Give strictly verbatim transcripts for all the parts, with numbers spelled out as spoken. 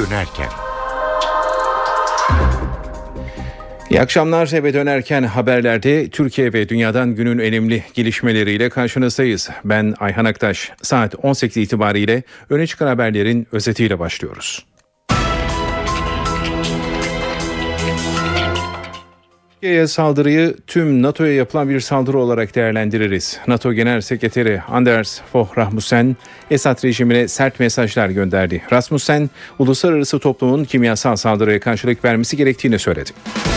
dönerken. İyi akşamlar. Eve dönerken haberlerde Türkiye ve dünyadan günün önemli gelişmeleriyle karşınızdayız. Ben Ayhan Aktaş. Saat on sekiz itibariyle öne çıkan haberlerin özetiyle başlıyoruz. Türkiye'ye saldırıyı tüm NATO'ya yapılan bir saldırı olarak değerlendiririz. NATO Genel Sekreteri Anders Fogh Rasmussen, Esad rejimine sert mesajlar gönderdi. Rasmussen, uluslararası toplumun kimyasal saldırıya karşılık vermesi gerektiğini söyledi.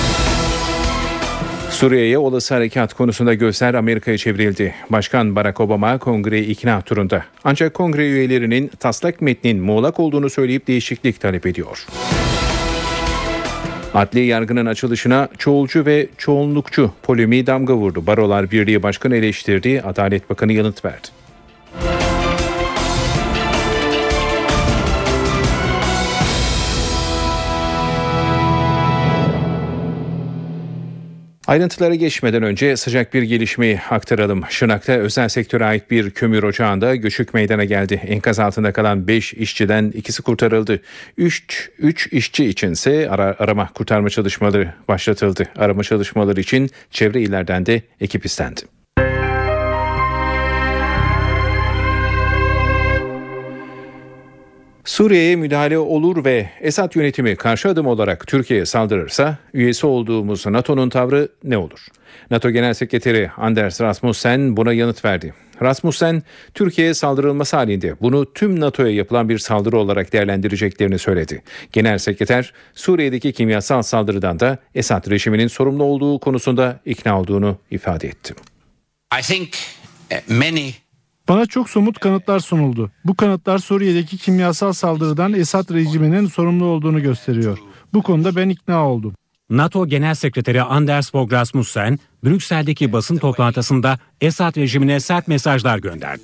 Suriye'ye olası harekat konusunda gözler Amerika'ya çevrildi. Başkan Barack Obama kongreyi ikna turunda. Ancak kongre üyelerinin taslak metnin muğlak olduğunu söyleyip değişiklik talep ediyor. Adli yargının açılışına çoğulcu ve çoğunlukçu polemiği damga vurdu. Barolar Birliği Başkanı eleştirdi, Adalet Bakanı yanıt verdi. Ayrıntılara geçmeden önce sıcak bir gelişmeyi aktaralım. Şırnak'ta özel sektöre ait bir kömür ocağında göçük meydana geldi. Enkaz altında kalan beş işçiden ikisi kurtarıldı. üç işçi içinse ara, arama kurtarma çalışmaları başlatıldı. Arama çalışmaları için çevre illerden de ekip istendi. Suriye'ye müdahale olur ve Esad yönetimi karşı adım olarak Türkiye'ye saldırırsa üyesi olduğumuz NATO'nun tavrı ne olur? NATO Genel Sekreteri Anders Rasmussen buna yanıt verdi. Rasmussen, Türkiye'ye saldırılması halinde bunu tüm NATO'ya yapılan bir saldırı olarak değerlendireceklerini söyledi. Genel Sekreter, Suriye'deki kimyasal saldırıdan da Esad rejiminin sorumlu olduğu konusunda ikna olduğunu ifade etti. I think many Bana çok somut kanıtlar sunuldu. Bu kanıtlar Suriye'deki kimyasal saldırıdan Esad rejiminin sorumlu olduğunu gösteriyor. Bu konuda ben ikna oldum. NATO Genel Sekreteri Anders Fogh Rasmussen, Brüksel'deki basın toplantısında Esad rejimine sert mesajlar gönderdi.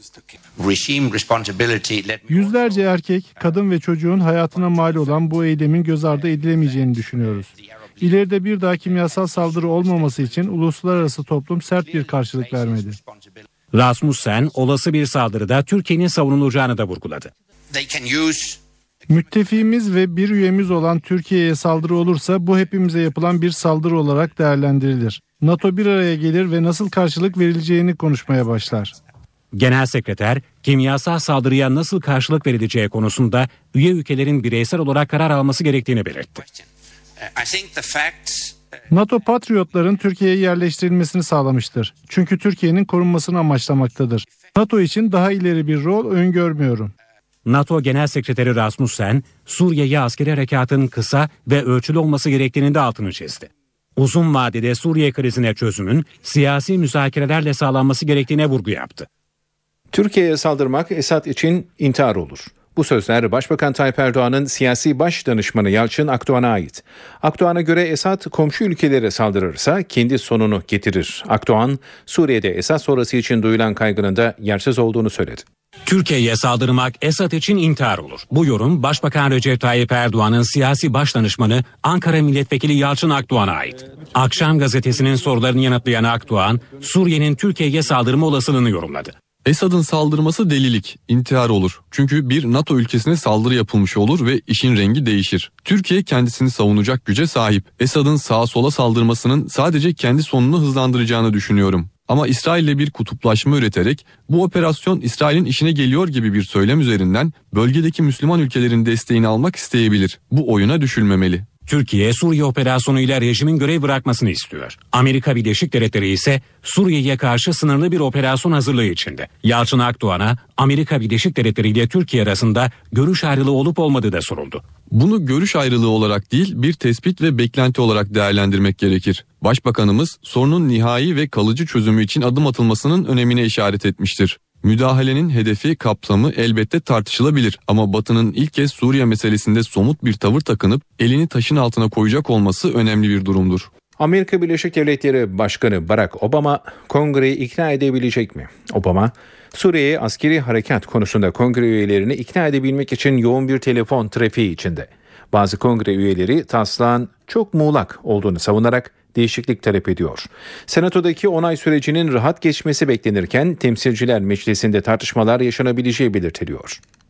Yüzlerce erkek, kadın ve çocuğun hayatına mal olan bu eylemin göz ardı edilemeyeceğini düşünüyoruz. İleride bir daha kimyasal saldırı olmaması için uluslararası toplum sert bir karşılık vermeli. Rasmussen, olası bir saldırıda Türkiye'nin savunulacağını da vurguladı. Müttefiğimiz ve bir üyemiz olan Türkiye'ye saldırı olursa bu hepimize yapılan bir saldırı olarak değerlendirilir. NATO bir araya gelir ve nasıl karşılık verileceğini konuşmaya başlar. Genel Sekreter, kimyasal saldırıya nasıl karşılık verileceği konusunda üye ülkelerin bireysel olarak karar alması gerektiğini belirtti. NATO Patriotların Türkiye'ye yerleştirilmesini sağlamıştır. Çünkü Türkiye'nin korunmasını amaçlamaktadır. NATO için daha ileri bir rol öngörmüyorum. NATO Genel Sekreteri Rasmussen, Suriye'ye askeri harekatın kısa ve ölçülü olması gerektiğinin de altını çizdi. Uzun vadede Suriye krizine çözümün siyasi müzakerelerle sağlanması gerektiğine vurgu yaptı. Türkiye'ye saldırmak Esad için intihar olur. Bu sözler Başbakan Tayyip Erdoğan'ın siyasi baş danışmanı Yalçın Akdoğan'a ait. Akdoğan'a göre Esad komşu ülkelere saldırırsa kendi sonunu getirir. Akdoğan, Suriye'de Esad sonrası için duyulan kaygının da yersiz olduğunu söyledi. Türkiye'ye saldırmak Esad için intihar olur. Bu yorum Başbakan Recep Tayyip Erdoğan'ın siyasi baş danışmanı Ankara Milletvekili Yalçın Akdoğan'a ait. Akşam gazetesinin sorularını yanıtlayan Akdoğan, Suriye'nin Türkiye'ye saldırma olasılığını yorumladı. Esad'ın saldırması delilik, intihar olur. Çünkü bir NATO ülkesine saldırı yapılmış olur ve işin rengi değişir. Türkiye kendisini savunacak güce sahip. Esad'ın sağa sola saldırmasının sadece kendi sonunu hızlandıracağını düşünüyorum. Ama İsrail'le bir kutuplaşma üreterek bu operasyon İsrail'in işine geliyor gibi bir söylem üzerinden bölgedeki Müslüman ülkelerin desteğini almak isteyebilir. Bu oyuna düşülmemeli. Türkiye, Suriye operasyonuyla rejimin görev bırakmasını istiyor. Amerika Birleşik Devletleri ise Suriye'ye karşı sınırlı bir operasyon hazırlığı içinde. Yalçın Akdoğan'a Amerika Birleşik Devletleri ile Türkiye arasında görüş ayrılığı olup olmadığı da soruldu. Bunu görüş ayrılığı olarak değil, bir tespit ve beklenti olarak değerlendirmek gerekir. Başbakanımız sorunun nihai ve kalıcı çözümü için adım atılmasının önemine işaret etmiştir. Müdahalenin hedefi, kapsamı elbette tartışılabilir ama Batı'nın ilk kez Suriye meselesinde somut bir tavır takınıp elini taşın altına koyacak olması önemli bir durumdur. Amerika Birleşik Devletleri Başkanı Barack Obama kongreyi ikna edebilecek mi? Obama, Suriye'ye askeri harekat konusunda kongre üyelerini ikna edebilmek için yoğun bir telefon trafiği içinde. Bazı kongre üyeleri taslağın çok muğlak olduğunu savunarak değişiklik talep ediyor. Senato'daki onay sürecinin rahat geçmesi beklenirken Temsilciler Meclisi'nde tartışmalar yaşanabileceği belirtiliyor.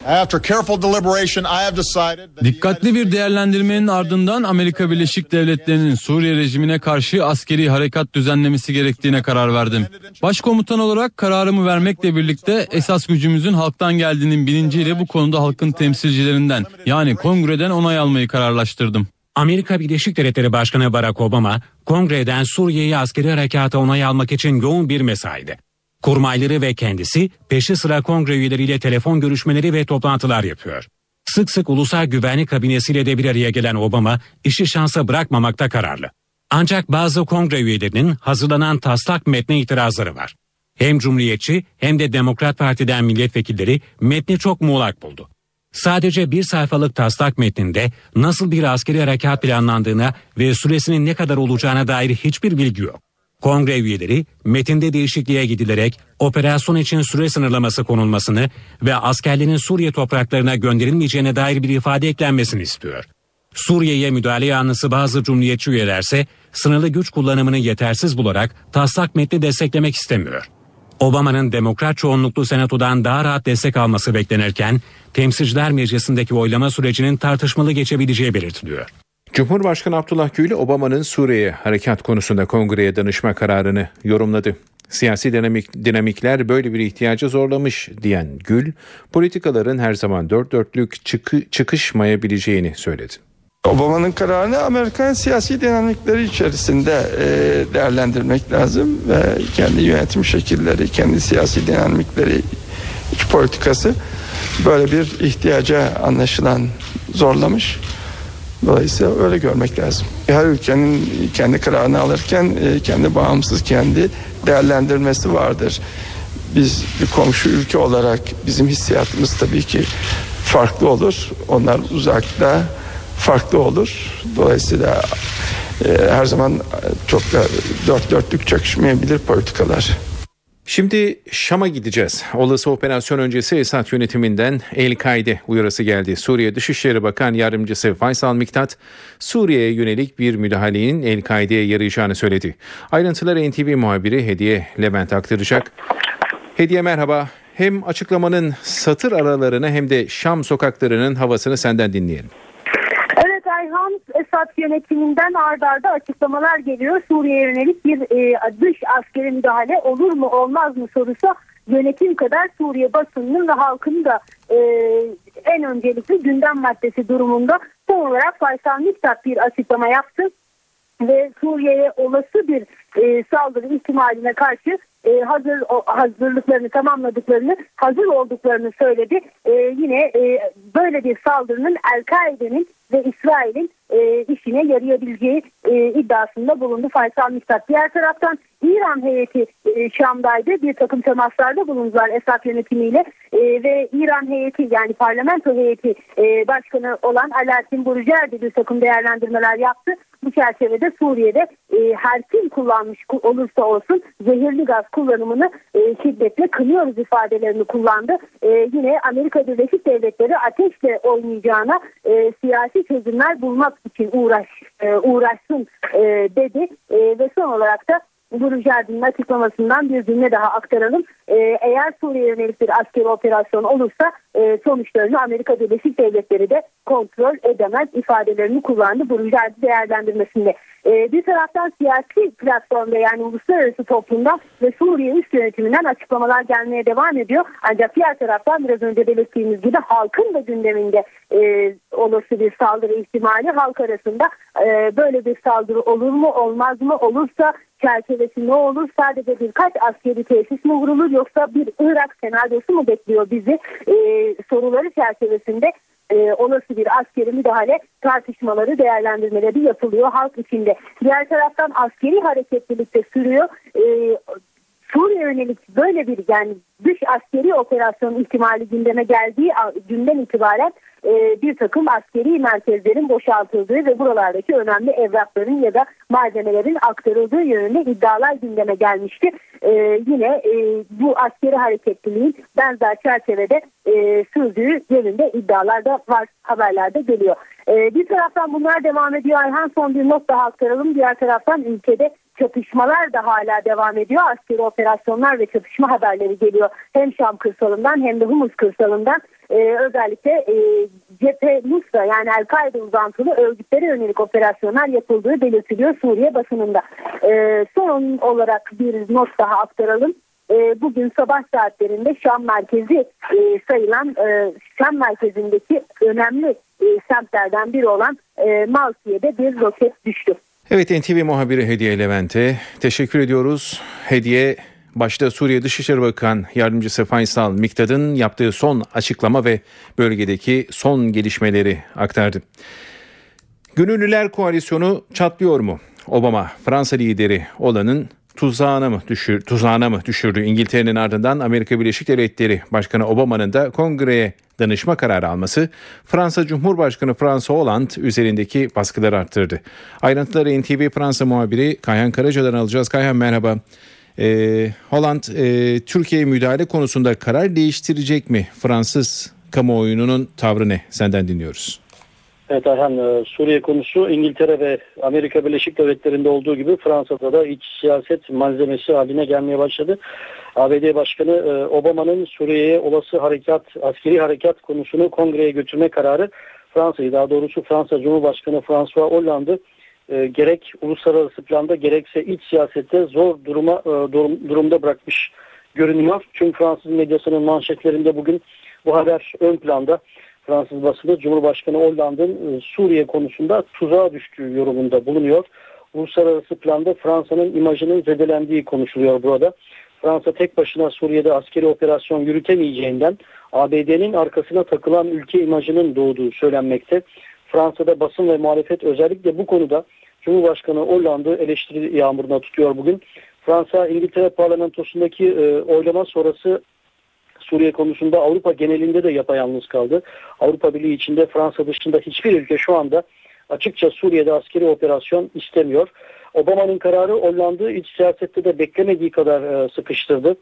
Dikkatli bir değerlendirmenin ardından Amerika Birleşik Devletleri'nin Suriye rejimine karşı askeri harekat düzenlemesi gerektiğine karar verdim. Başkomutan olarak kararımı vermekle birlikte esas gücümüzün halktan geldiğinin bilinciyle bu konuda halkın temsilcilerinden yani kongreden onay almayı kararlaştırdım. Amerika Birleşik Devletleri Başkanı Barack Obama, kongreden Suriye'yi askeri harekata onay almak için yoğun bir mesaide. Kurmayları ve kendisi peşi sıra kongre üyeleriyle telefon görüşmeleri ve toplantılar yapıyor. Sık sık ulusal güvenlik kabinesiyle de bir araya gelen Obama işi şansa bırakmamakta kararlı. Ancak bazı kongre üyelerinin hazırlanan taslak metne itirazları var. Hem Cumhuriyetçi hem de Demokrat Parti'den milletvekilleri metni çok muğlak buldu. Sadece bir sayfalık taslak metninde nasıl bir askeri harekat planlandığına ve süresinin ne kadar olacağına dair hiçbir bilgi yok. Kongre üyeleri metinde değişikliğe gidilerek operasyon için süre sınırlaması konulmasını ve askerlerin Suriye topraklarına gönderilmeyeceğine dair bir ifade eklenmesini istiyor. Suriye'ye müdahale yanlısı bazı cumhuriyetçi üyelerse sınırlı güç kullanımını yetersiz bularak taslak metni desteklemek istemiyor. Obama'nın demokrat çoğunluklu senatodan daha rahat destek alması beklenirken Temsilciler Meclisi'ndeki oylama sürecinin tartışmalı geçebileceği belirtiliyor. Cumhurbaşkanı Abdullah Gül, Obama'nın Suriye harekat konusunda kongreye danışma kararını yorumladı. Siyasi dinamik, dinamikler böyle bir ihtiyacı zorlamış diyen Gül, politikaların her zaman dört dörtlük çıkı, çıkışmayabileceğini söyledi. Obama'nın kararını Amerikan siyasi dinamikleri içerisinde e, değerlendirmek lazım ve kendi yönetim şekilleri, kendi siyasi dinamikleri, iç politikası böyle bir ihtiyaca anlaşılan zorlamış. Dolayısıyla öyle görmek lazım. Her ülkenin kendi kararını alırken kendi bağımsız, kendi değerlendirmesi vardır. Biz bir komşu ülke olarak bizim hissiyatımız tabii ki farklı olur. Onlar uzakta farklı olur. Dolayısıyla her zaman çok da dört dörtlük çakışmayabilir politikalar. Şimdi Şam'a gideceğiz. Olası operasyon öncesi Esad yönetiminden El-Kaide uyarısı geldi. Suriye Dışişleri Bakan Yardımcısı Faysal Miktat, Suriye'ye yönelik bir müdahalenin El-Kaide'ye yarayacağını söyledi. Ayrıntıları N T V muhabiri Hediye Levent aktaracak. Hediye merhaba. Hem açıklamanın satır aralarını hem de Şam sokaklarının havasını senden dinleyelim. Ayhan, Esad yönetiminden ard arda açıklamalar geliyor. Suriye'ye yönelik bir e, dış askeri müdahale olur mu olmaz mı sorusu yönetim kadar Suriye basınının ve halkının da e, en öncelikli gündem maddesi durumunda. Son olarak Faysal Miktat bir açıklama yaptı ve Suriye'ye olası bir e, saldırı ihtimaline karşı e, hazır o, hazırlıklarını tamamladıklarını, hazır olduklarını söyledi. E, yine e, böyle bir saldırının El-Kaide'nin ve İsrail'in e, işine yarayabileceği e, iddiasında bulundu Faysal Miktat. Diğer taraftan İran heyeti e, Şam'daydı. Bir takım temaslarda bulundular Esad yönetimiyle e, ve İran heyeti yani parlamento heyeti e, başkanı olan Alaaddin Burujerdi bir takım değerlendirmeler yaptı. Bu çerçevede Suriye'de e, her kim kullanmış olursa olsun zehirli gaz kullanımını e, şiddetle kınıyoruz ifadelerini kullandı. E, yine Amerika Birleşik Devletleri ateşle oynayacağına e, siyasi çözümler bulmak için uğraş e, uğraşsın e, dedi e, ve son olarak da Burujerdi'nin açıklamasından bir cümle daha aktaralım. Ee, eğer Suriye'ye yönelik bir askeri operasyon olursa e, sonuçlarını Amerika Birleşik Devletleri de kontrol edemez ifadelerini kullandı Burujerdi değerlendirmesinde. Ee, bir taraftan siyasi platformda yani uluslararası toplumda ve Suriye üst yönetiminden açıklamalar gelmeye devam ediyor. Ancak diğer taraftan biraz önce belirttiğimiz gibi halkın da gündeminde e, olası bir saldırı ihtimali halk arasında e, böyle bir saldırı olur mu olmaz mı olursa çerçevesi ne olur? Sadece birkaç askeri tesis mi vurulur yoksa bir Irak senaryosu mu bekliyor bizi? Ee, soruları çerçevesinde e, olası bir askeri müdahale tartışmaları, değerlendirmeleri yapılıyor halk içinde. Diğer taraftan askeri hareketlilik de sürüyor. Ee, Suriye yönelik böyle bir yani dış askeri operasyon ihtimali gündeme geldiği günden itibaren e, bir takım askeri merkezlerin boşaltıldığı ve buralardaki önemli evrakların ya da malzemelerin aktarıldığı yönünde iddialar gündeme gelmişti. E, yine e, bu askeri hareketliliğin benzer çerçevede e, sürdüğü yönünde iddialar da var, haberlerde geliyor. E, bir taraftan bunlar devam ediyor. Ayhan, son bir not daha aktaralım. Diğer taraftan ülkede çatışmalar da hala devam ediyor. Askeri operasyonlar ve çatışma haberleri geliyor. Hem Şam kırsalından hem de Humus kırsalından. e, özellikle e, cephe Nusra yani El-Kaide uzantılı örgütlere yönelik operasyonlar yapıldığı belirtiliyor Suriye basınında. E, son olarak bir not daha aktaralım. E, bugün sabah saatlerinde Şam merkezi e, sayılan e, Şam merkezindeki önemli e, semtlerden biri olan e, Mavsiye'de bir roket düştü. Evet, N T V muhabiri Hediye Levent'e teşekkür ediyoruz. Hediye başta Suriye Dışişleri Bakan Yardımcısı Faysal Mikdad'ın yaptığı son açıklama ve bölgedeki son gelişmeleri aktardı. Gönüllüler koalisyonu çatlıyor mu? Obama Fransa lideri olanın tuzağına mı düşür, tuzağına mı düşürdü? İngiltere'nin ardından Amerika Birleşik Devletleri Başkanı Obama'nın da kongreye danışma kararı alması Fransa Cumhurbaşkanı François Hollande üzerindeki baskıları arttırdı. Ayrıntıları N T V Fransa muhabiri Kayhan Karaca'dan alacağız. Kayhan merhaba. Ee, Hollande e, Türkiye'ye müdahale konusunda karar değiştirecek mi? Fransız kamuoyunun tavrı ne? Senden dinliyoruz. Evet Ayhan, Suriye konusu İngiltere ve Amerika Birleşik Devletleri'nde olduğu gibi Fransa'da da iç siyaset malzemesi haline gelmeye başladı. A B D Başkanı Obama'nın Suriye'ye olası harekat, askeri harekat konusunu kongreye götürme kararı Fransa'yı, daha doğrusu Fransa Cumhurbaşkanı François Hollande'ı e, gerek uluslararası planda gerekse iç siyasette zor duruma e, durum, durumda bırakmış görünüyor. Çünkü Fransız medyasının manşetlerinde bugün bu haber ön planda. Fransız basını Cumhurbaşkanı Hollande'ın Suriye konusunda tuzağa düştüğü yorumunda bulunuyor. Uluslararası planda Fransa'nın imajının zedelendiği konuşuluyor burada. Fransa tek başına Suriye'de askeri operasyon yürütemeyeceğinden A B D'nin arkasına takılan ülke imajının doğduğu söylenmekte. Fransa'da basın ve muhalefet özellikle bu konuda Cumhurbaşkanı Hollande'ı eleştiri yağmuruna tutuyor bugün. Fransa İngiltere parlamentosundaki e, oylama sonrası Suriye konusunda Avrupa genelinde de yapayalnız kaldı. Avrupa Birliği içinde Fransa dışında hiçbir ülke şu anda açıkça Suriye'de askeri operasyon istemiyor. Obama'nın kararı Hollande'ı iç siyasette de beklemediği kadar e, sıkıştırdı.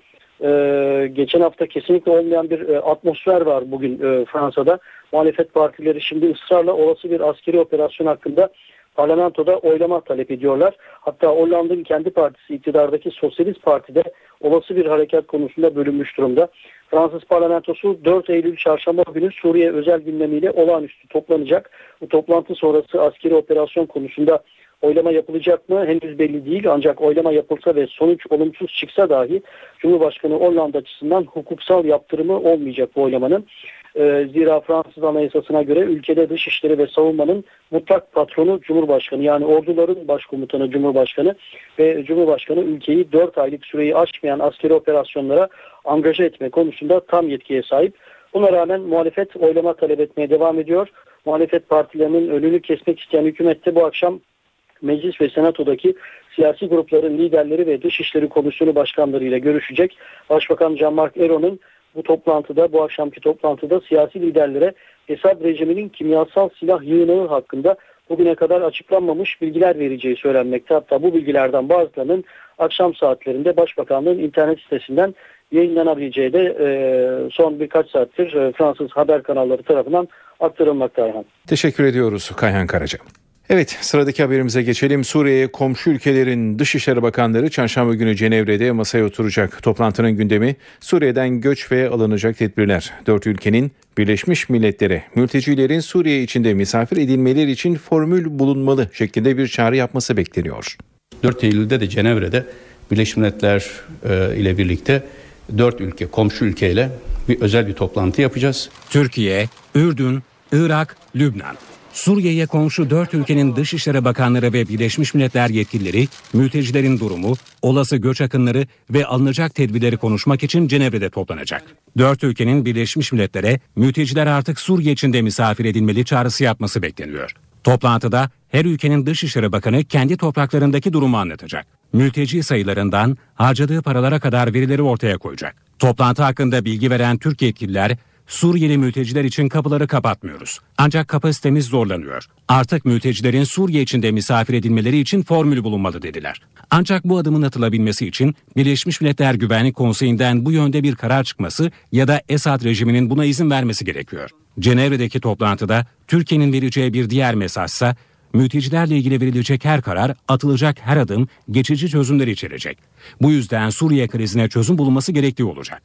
E, geçen hafta kesinlikle olmayan bir e, atmosfer var bugün e, Fransa'da. Muhalefet partileri şimdi ısrarla olası bir askeri operasyon hakkında parlamentoda oylama talep ediyorlar. Hatta Hollande'ın kendi partisi iktidardaki Sosyalist Parti'de olası bir harekat konusunda bölünmüş durumda. Fransız parlamentosu dört Eylül çarşamba günü Suriye özel gündemiyle olağanüstü toplanacak. Bu toplantı sonrası askeri operasyon konusunda oylama yapılacak mı henüz belli değil. Ancak oylama yapılsa ve sonuç olumsuz çıksa dahi Cumhurbaşkanı Hollande açısından hukuksal yaptırımı olmayacak bu oylamanın. Ee, zira Fransız Anayasası'na göre ülkede dışişleri ve savunmanın mutlak patronu Cumhurbaşkanı, yani orduların başkomutanı Cumhurbaşkanı ve Cumhurbaşkanı ülkeyi dört aylık süreyi aşmayan askeri operasyonlara angaja etme konusunda tam yetkiye sahip. Buna rağmen muhalefet oylama talep etmeye devam ediyor. Muhalefet partilerinin önünü kesmek isteyen hükümet de bu akşam Meclis ve Senato'daki siyasi grupların liderleri ve Dışişleri Komisyonu başkanlarıyla görüşecek. Başbakan Jean-Marc Ayrault'un bu toplantıda, bu akşamki toplantıda siyasi liderlere Esad rejiminin kimyasal silah yığınağı hakkında bugüne kadar açıklanmamış bilgiler vereceği söylenmekte. Hatta bu bilgilerden bazılarının akşam saatlerinde Başbakanlığın internet sitesinden yayınlanabileceği de e, son birkaç saattir e, Fransız haber kanalları tarafından aktarılmakta Ayhan. Teşekkür ediyoruz Kayhan Karaca. Evet, sıradaki haberimize geçelim. Suriye'ye komşu ülkelerin Dışişleri Bakanları çarşamba günü Cenevre'de masaya oturacak. Toplantının gündemi Suriye'den göç ve alınacak tedbirler. Dört ülkenin Birleşmiş Milletler'e mültecilerin Suriye içinde misafir edilmeleri için formül bulunmalı şeklinde bir çağrı yapması bekleniyor. dört Eylül'de de Cenevre'de Birleşmiş Milletler e, ile birlikte dört ülke, komşu ülkeyle bir özel bir toplantı yapacağız. Türkiye, Ürdün, Irak, Lübnan. Suriye'ye komşu dört ülkenin Dışişleri Bakanları ve Birleşmiş Milletler yetkilileri mültecilerin durumu, olası göç akınları ve alınacak tedbirleri konuşmak için Cenevre'de toplanacak. Dört ülkenin Birleşmiş Milletler'e mülteciler artık Suriye içinde misafir edilmeli çağrısı yapması bekleniyor. Toplantıda her ülkenin Dışişleri Bakanı kendi topraklarındaki durumu anlatacak. Mülteci sayılarından harcadığı paralara kadar verileri ortaya koyacak. Toplantı hakkında bilgi veren Türk yetkililer, Suriyeli mülteciler için kapıları kapatmıyoruz. Ancak kapasitemiz zorlanıyor. Artık mültecilerin Suriye içinde misafir edilmeleri için formül bulunmalı dediler. Ancak bu adımın atılabilmesi için Birleşmiş Milletler Güvenlik Konseyi'nden bu yönde bir karar çıkması ya da Esad rejiminin buna izin vermesi gerekiyor. Cenevre'deki toplantıda Türkiye'nin vereceği bir diğer mesajsa, mültecilerle ilgili verilecek her karar, atılacak her adım geçici çözümler içerecek. Bu yüzden Suriye krizine çözüm bulunması gerektiği olacak.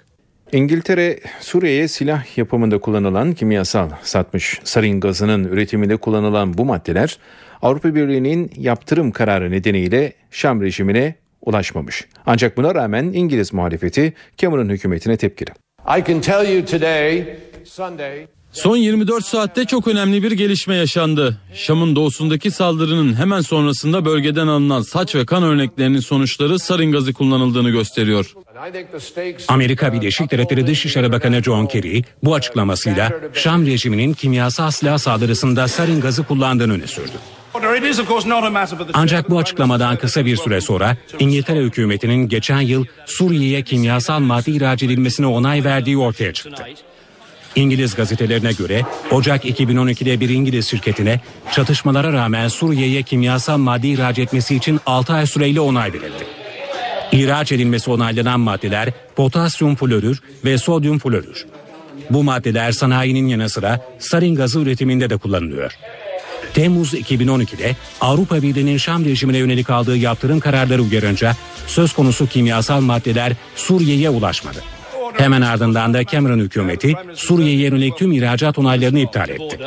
İngiltere, Suriye'ye silah yapımında kullanılan kimyasal satmış. Sarin gazının üretiminde kullanılan bu maddeler Avrupa Birliği'nin yaptırım kararı nedeniyle Şam rejimine ulaşmamış. Ancak buna rağmen İngiliz muhalefeti Cameron hükümetine tepkili. I can tell you today, Sunday. Son yirmi dört saatte çok önemli bir gelişme yaşandı. Şam'ın doğusundaki saldırının hemen sonrasında bölgeden alınan saç ve kan örneklerinin sonuçları sarin gazı kullanıldığını gösteriyor. Amerika Birleşik Devletleri Dışişleri Bakanı John Kerry bu açıklamasıyla Şam rejiminin kimyasal silah saldırısında sarin gazı kullandığını öne sürdü. Ancak bu açıklamadan kısa bir süre sonra İngiltere hükümetinin geçen yıl Suriye'ye kimyasal madde ihraç edilmesine onay verdiği ortaya çıktı. İngiliz gazetelerine göre Ocak iki bin on ikide bir İngiliz şirketine çatışmalara rağmen Suriye'ye kimyasal madde ihraç etmesi için altı ay süreyle onay verildi. İhraç edilmesi onaylanan maddeler potasyum florür ve sodyum florür. Bu maddeler sanayinin yanı sıra sarin gazı üretiminde de kullanılıyor. Temmuz iki bin on ikide Avrupa Birliği'nin Şam rejimine yönelik aldığı yaptırım kararları uyarınca söz konusu kimyasal maddeler Suriye'ye ulaşmadı. Hemen ardından da Cameron hükümeti Suriye'ye yönelik tüm ihracat onaylarını iptal etti.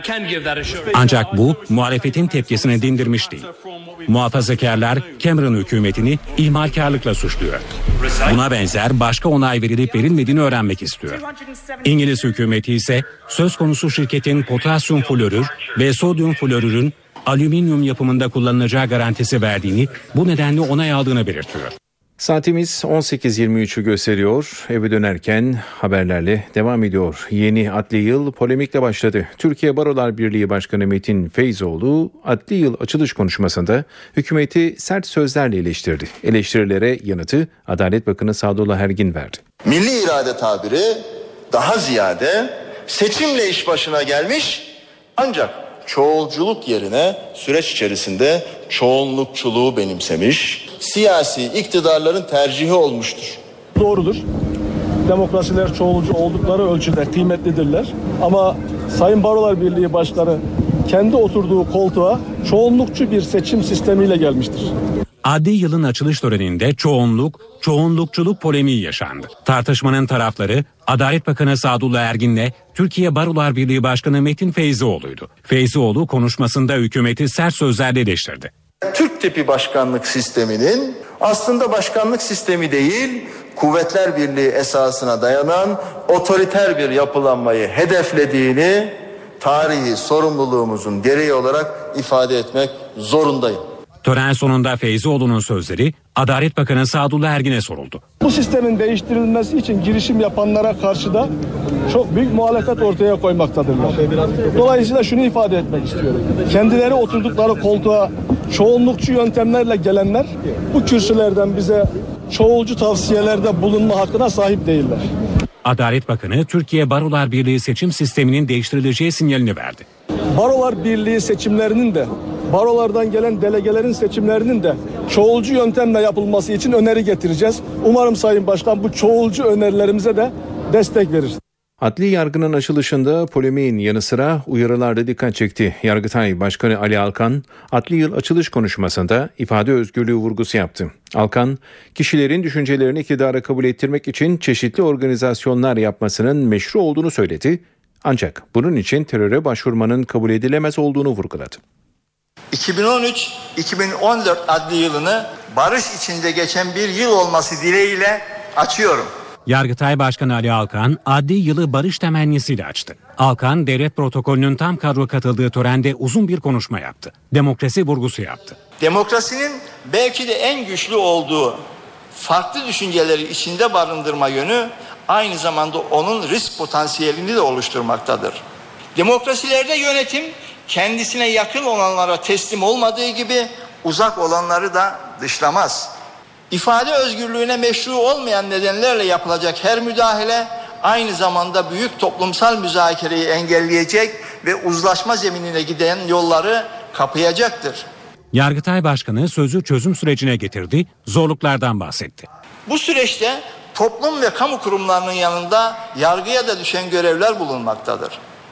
Ancak bu muhalefetin tepkisini dindirmiş değil. Muhafazakarlar Cameron hükümetini ihmalkarlıkla suçluyor. Buna benzer başka onay verilip verilmediğini öğrenmek istiyor. İngiliz hükümeti ise söz konusu şirketin potasyum florür ve sodyum florürün alüminyum yapımında kullanılacağı garantisi verdiğini, bu nedenle onay aldığını belirtiyor. Saatimiz on sekiz yirmi üçü gösteriyor. Eve dönerken haberlerle devam ediyor. Yeni adli yıl polemikle başladı. Türkiye Barolar Birliği Başkanı Metin Feyzoğlu adli yıl açılış konuşmasında hükümeti sert sözlerle eleştirdi. Eleştirilere yanıtı Adalet Bakanı Sadullah Ergin verdi. Milli irade tabiri daha ziyade seçimle iş başına gelmiş, ancak çoğulculuk yerine süreç içerisinde çoğunlukçuluğu benimsemiş, siyasi iktidarların tercihi olmuştur. Doğrudur. Demokrasiler çoğulcu oldukları ölçüde kıymetlidirler. Ama Sayın Barolar Birliği Başkanı kendi oturduğu koltuğa çoğunlukçu bir seçim sistemiyle gelmiştir. Adli yılın açılış töreninde çoğunluk, çoğunlukçuluk polemiği yaşandı. Tartışmanın tarafları Adalet Bakanı Sadullah Ergin'le Türkiye Barolar Birliği Başkanı Metin Feyzioğlu'ydu. Feyzioğlu konuşmasında hükümeti sert sözlerle eleştirdi. Türk tipi başkanlık sisteminin aslında başkanlık sistemi değil, Kuvvetler Birliği esasına dayanan otoriter bir yapılanmayı hedeflediğini tarihi sorumluluğumuzun gereği olarak ifade etmek zorundayım. Tören sonunda Feyzioğlu'nun sözleri Adalet Bakanı Sadullah Ergin'e soruldu. Bu sistemin değiştirilmesi için girişim yapanlara karşı da çok büyük muhalefet ortaya koymaktadırlar. Dolayısıyla şunu ifade etmek istiyorum. Kendileri oturdukları koltuğa çoğunlukçu yöntemlerle gelenler bu kürsülerden bize çoğulcu tavsiyelerde bulunma hakkına sahip değiller. Adalet Bakanı Türkiye Barolar Birliği seçim sisteminin değiştirileceği sinyalini verdi. Barolar Birliği seçimlerinin de barolardan gelen delegelerin seçimlerinin de çoğulcu yöntemle yapılması için öneri getireceğiz. Umarım Sayın Başkan bu çoğulcu önerilerimize de destek verir. Adli yargının açılışında polemiğin yanı sıra uyarılar da dikkat çekti. Yargıtay Başkanı Ali Alkan, adli yıl açılış konuşmasında ifade özgürlüğü vurgusu yaptı. Alkan, kişilerin düşüncelerini iktidara kabul ettirmek için çeşitli organizasyonlar yapmasının meşru olduğunu söyledi. Ancak bunun için teröre başvurmanın kabul edilemez olduğunu vurguladı. iki bin on üç iki bin on dört adli yılını barış içinde geçen bir yıl olması dileğiyle açıyorum. Yargıtay Başkanı Ali Alkan, adli yılı barış temennisiyle açtı. Alkan, devlet protokolünün tam kadro katıldığı törende uzun bir konuşma yaptı. Demokrasi vurgusu yaptı. Demokrasinin belki de en güçlü olduğu farklı düşünceleri içinde barındırma yönü aynı zamanda onun risk potansiyelini de oluşturmaktadır. Demokrasilerde yönetim kendisine yakın olanlara teslim olmadığı gibi uzak olanları da dışlamaz. İfade özgürlüğüne meşru olmayan nedenlerle yapılacak her müdahale aynı zamanda büyük toplumsal müzakereyi engelleyecek ve uzlaşma zeminine giden yolları kapayacaktır. Yargıtay Başkanı sözü çözüm sürecine getirdi, zorluklardan bahsetti. Bu süreçte toplum ve kamu kurumlarının yanında yargıya da düşen görevler bulunmaktadır.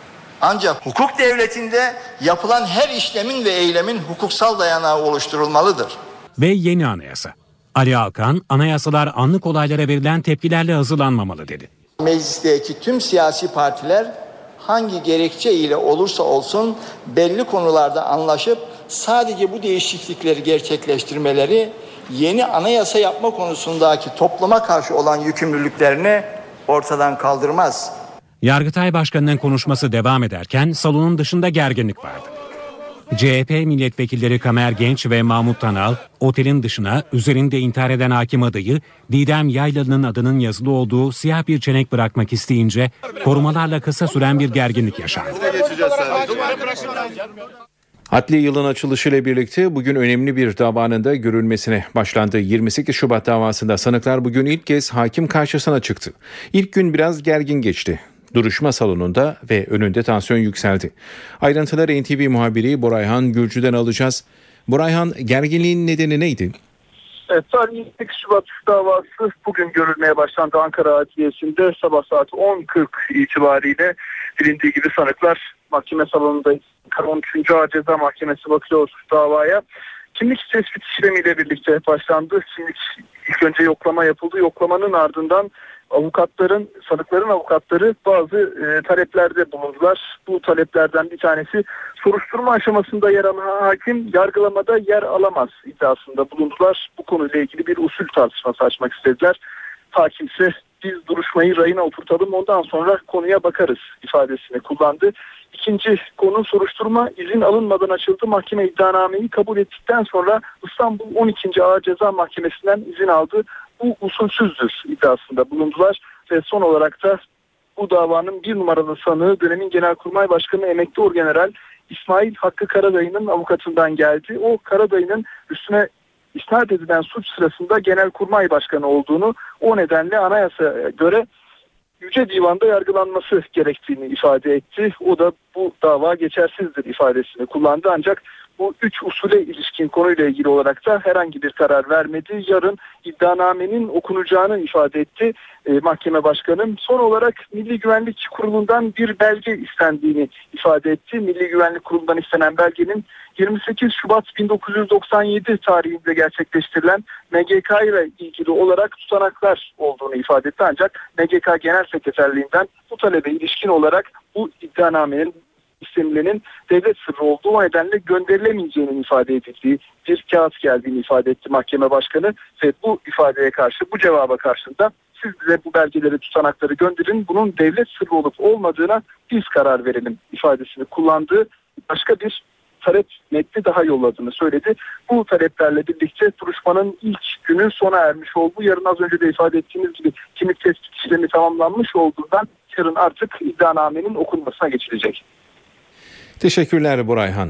Ancak hukuk devletinde yapılan her işlemin ve eylemin hukuksal dayanağı oluşturulmalıdır. Ve yeni anayasa. Ali Alkan, anayasalar anlık olaylara verilen tepkilerle hazırlanmamalı dedi. Meclisteki tüm siyasi partiler hangi gerekçe ile olursa olsun belli konularda anlaşıp sadece bu değişiklikleri gerçekleştirmeleri yeni anayasa yapma konusundaki topluma karşı olan yükümlülüklerini ortadan kaldırmaz. Yargıtay Başkanı'nın konuşması devam ederken salonun dışında gerginlik vardı. C H P milletvekilleri Kamer Genç ve Mahmut Tanal, otelin dışına üzerinde intihar eden hakim adayı Didem Yaylalı'nın adının yazılı olduğu siyah bir çenek bırakmak isteyince korumalarla kısa süren bir gerginlik yaşandı. Adli yılın açılışıyla birlikte bugün önemli bir davanın da görülmesine başlandı. yirmi sekiz Şubat davasında sanıklar bugün ilk kez hakim karşısına çıktı. İlk gün biraz gergin geçti. Duruşma salonunda ve önünde tansiyon yükseldi. Ayrıntıları N T V muhabiri Borayhan Gülcü'den alacağız. Borayhan, gerginliğin nedeni neydi? Evet, tarih yirmi sekiz Şubat davası bugün görülmeye başlandı Ankara Adliyesi'nde sabah saat on kırk itibariyle bilindiği gibi sanıklar mahkeme salonunda on üçüncü Ağır Ceza Mahkemesi bakıyor davaya. Kimlik tespit işlemiyle birlikte başlandı. Kimlik ilk önce yoklama yapıldı. Yoklamanın ardından avukatların, sanıkların avukatları bazı e, taleplerde bulundular. Bu taleplerden bir tanesi soruşturma aşamasında yer alan hakim yargılamada yer alamaz iddiasında bulundular. Bu konuyla ilgili bir usul tartışması açmak istediler. Hakimse biz duruşmayı rayına oturtalım, ondan sonra konuya bakarız ifadesini kullandı. İkinci konu soruşturma izin alınmadan açıldı. Mahkeme iddianameyi kabul ettikten sonra İstanbul on ikinci Ağır Ceza Mahkemesi'nden izin aldı. Bu usulsüzdür iddiasında bulundular ve son olarak da bu davanın bir numaralı sanığı dönemin Genelkurmay Başkanı Emekli Orgeneral İsmail Hakkı Karadayı'nın avukatından geldi. O Karadayı'nın üstüne isnat edilen suç sırasında Genelkurmay Başkanı olduğunu, o nedenle anayasaya göre Yüce Divan'da yargılanması gerektiğini ifade etti. O da bu dava geçersizdir ifadesini kullandı, ancak bu üç usule ilişkin konuyla ilgili olarak da herhangi bir karar vermedi. Yarın iddianamenin okunacağını ifade etti e, mahkeme başkanı. Son olarak Milli Güvenlik Kurulu'ndan bir belge istendiğini ifade etti. Milli Güvenlik Kurulu'ndan istenen belgenin yirmi sekiz Şubat bin dokuz yüz doksan yedi tarihinde gerçekleştirilen M G K ile ilgili olarak tutanaklar olduğunu ifade etti. Ancak M G K Genel Sekreterliğinden bu talebe ilişkin olarak bu iddianamenin istenilenin devlet sırrı olduğu, o nedenle gönderilemeyeceğinin ifade edildiği bir kağıt geldiğini ifade etti mahkeme başkanı ve bu ifadeye karşı, bu cevaba karşında siz bize bu belgeleri, tutanakları gönderin, bunun devlet sırrı olup olmadığına biz karar verelim ifadesini kullandığı başka bir talep metni daha yolladığını söyledi. Bu taleplerle birlikte duruşmanın ilk günü sona ermiş oldu. Yarın az önce de ifade ettiğimiz gibi kimlik tespit işlemi tamamlanmış olduğundan yarın artık iddianamenin okunmasına geçilecek. Teşekkürler Burayhan.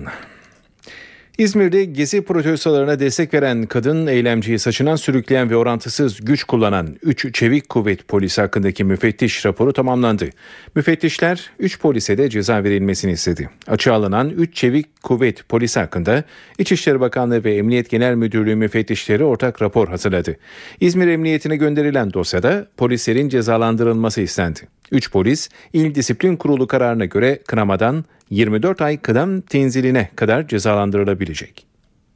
İzmir'de Gezi protestolarına destek veren kadın eylemciyi saçından sürükleyen ve orantısız güç kullanan üç Çevik Kuvvet polisi hakkındaki müfettiş raporu tamamlandı. Müfettişler üç polise de ceza verilmesini istedi. Açığa alınan üç Çevik Kuvvet polisi hakkında İçişleri Bakanlığı ve Emniyet Genel Müdürlüğü müfettişleri ortak rapor hazırladı. İzmir Emniyetine gönderilen dosyada polislerin cezalandırılması istendi. üç polis İl Disiplin Kurulu kararına göre kınamadan yirmi dört ay kıdem tenziline kadar cezalandırılabilecek.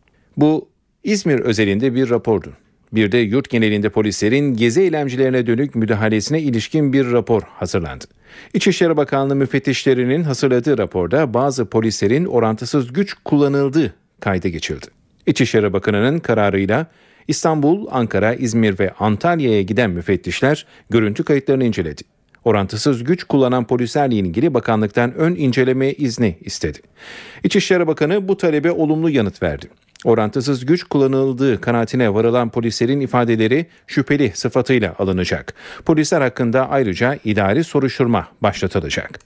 Bu İzmir özelinde bir rapordu. Bir de yurt genelinde polislerin gezi eylemcilerine dönük müdahalesine ilişkin bir rapor hazırlandı. İçişleri Bakanlığı müfettişlerinin hazırladığı raporda bazı polislerin orantısız güç kullanıldığı kayda geçildi. İçişleri Bakanı'nın kararıyla İstanbul, Ankara, İzmir ve Antalya'ya giden müfettişler görüntü kayıtlarını inceledi. Orantısız güç kullanan polislerle ilgili bakanlıktan ön inceleme izni istedi. İçişleri Bakanı bu talebe olumlu yanıt verdi. Orantısız güç kullanıldığı kanaatine varılan polislerin ifadeleri şüpheli sıfatıyla alınacak. Polisler hakkında ayrıca idari soruşturma başlatılacak.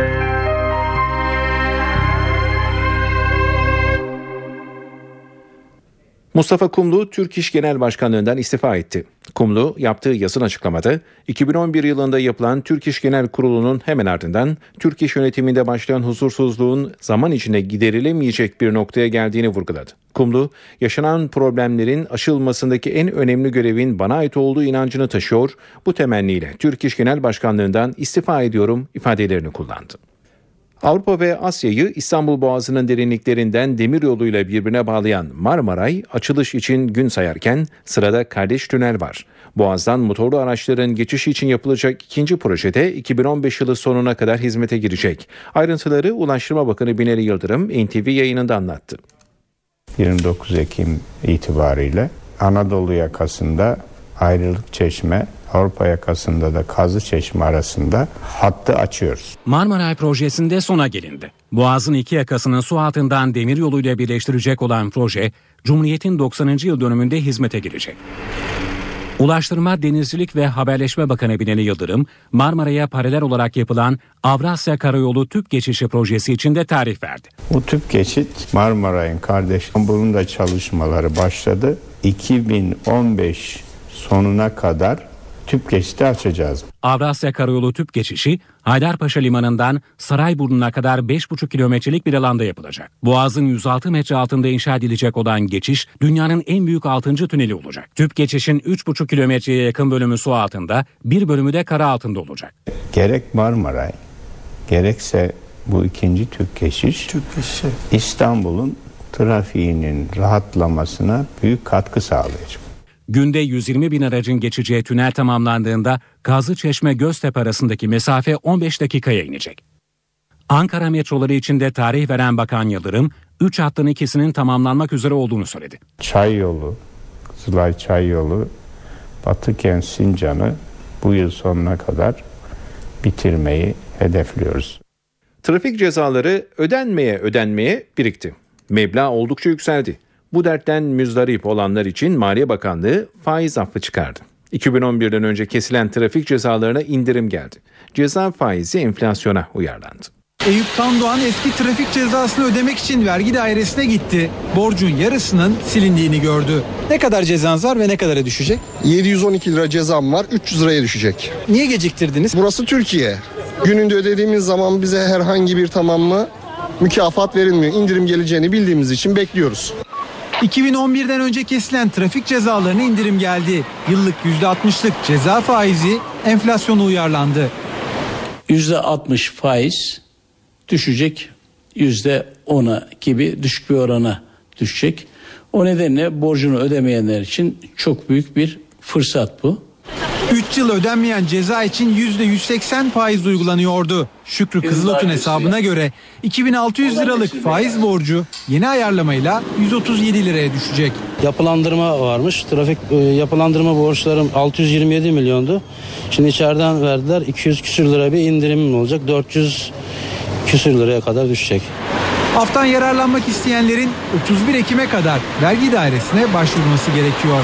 Mustafa Kumlu, Türk İş Genel Başkanlığından istifa etti. Kumlu yaptığı yazılı açıklamada iki bin on bir yılında yapılan Türk İş Genel Kurulu'nun hemen ardından Türk İş yönetiminde başlayan huzursuzluğun zaman içinde giderilemeyecek bir noktaya geldiğini vurguladı. Kumlu, yaşanan problemlerin aşılmasındaki en önemli görevin bana ait olduğu inancını taşıyor, bu temenniyle Türk İş Genel Başkanlığından istifa ediyorum ifadelerini kullandı. Avrupa ve Asya'yı İstanbul Boğazı'nın derinliklerinden demiryoluyla birbirine bağlayan Marmaray açılış için gün sayarken sırada kardeş tünel var. Boğaz'dan motorlu araçların geçişi için yapılacak ikinci projede iki bin on beş yılı sonuna kadar hizmete girecek. Ayrıntıları Ulaştırma Bakanı Binali Yıldırım N T V yayınında anlattı. yirmi dokuz Ekim itibariyle Anadolu yakasında Ayrılıkçeşme, Avrupa yakasında da Kazlıçeşme arasında hattı açıyoruz. Marmaray projesinde sona gelindi. Boğaz'ın iki yakasının su altından demiryoluyla birleştirecek olan proje, Cumhuriyet'in doksanıncı yıl dönümünde hizmete girecek. Ulaştırma, Denizcilik ve Haberleşme Bakanı Binali Yıldırım, Marmaray'a paralel olarak yapılan Avrasya Karayolu tüp geçişi projesi için de tarih verdi. Bu tüp geçit Marmaray'ın kardeş. Bunun da çalışmaları başladı. iki bin on beş sonuna kadar tüp geçiti açacağız. Avrasya Karayolu tüp geçişi Haydarpaşa Limanı'ndan Sarayburnu'na kadar beş buçuk kilometrelik bir alanda yapılacak. Boğaz'ın yüz altı metre altında inşa edilecek olan geçiş dünyanın en büyük altıncı tüneli olacak. Tüp geçişin üç buçuk kilometreye yakın bölümü su altında, bir bölümü de kara altında olacak. Gerek Marmaray gerekse bu ikinci tüp geçiş tüp geçişi. İstanbul'un trafiğinin rahatlamasına büyük katkı sağlayacak. Günde yüz yirmi bin aracın geçeceği tünel tamamlandığında Kazlıçeşme-Göztepe arasındaki mesafe on beş dakikaya inecek. Ankara metroları için de tarih veren Bakan Yıldırım, üç hattın ikisinin tamamlanmak üzere olduğunu söyledi. Çay yolu, Kızılay Çay yolu, Batıkent Sincan'ı bu yıl sonuna kadar bitirmeyi hedefliyoruz. Trafik cezaları ödenmeye ödenmeye birikti. Meblağ oldukça yükseldi. Bu dertten müzdarip olanlar için Maliye Bakanlığı faiz affı çıkardı. iki bin on birden önce kesilen trafik cezalarına indirim geldi. Ceza faizi enflasyona uyarlandı. Eyüp Tandoğan eski trafik cezasını ödemek için vergi dairesine gitti. Borcun yarısının silindiğini gördü. Ne kadar cezanız var ve ne kadara düşecek? yedi yüz on iki lira cezam var, üç yüz liraya düşecek. Niye geciktirdiniz? Burası Türkiye. Gününde ödediğimiz zaman bize herhangi bir tamamlı mükafat verilmiyor. İndirim geleceğini bildiğimiz için bekliyoruz. iki bin on birden önce kesilen trafik cezalarına indirim geldi. Yıllık yüzde altmışlık ceza faizi enflasyona uyarlandı. yüzde altmış faiz düşecek, yüzde ona gibi düşük bir orana düşecek. O nedenle borcunu ödemeyenler için çok büyük bir fırsat bu. üç yıl ödenmeyen ceza için yüzde yüz seksen faiz uygulanıyordu. Şükrü Kızılok'un hesabına göre iki bin altı yüz liralık faiz borcu yeni ayarlamayla yüz otuz yedi liraya düşecek. Yapılandırma varmış. Trafik e, yapılandırma borçlarım altı yüz yirmi yedi milyondu. Şimdi içeriden verdiler iki yüz küsür lira bir indirimim olacak. dört yüz küsür liraya kadar düşecek. Aftan yararlanmak isteyenlerin otuz bir Ekim'e kadar vergi dairesine başvurması gerekiyor.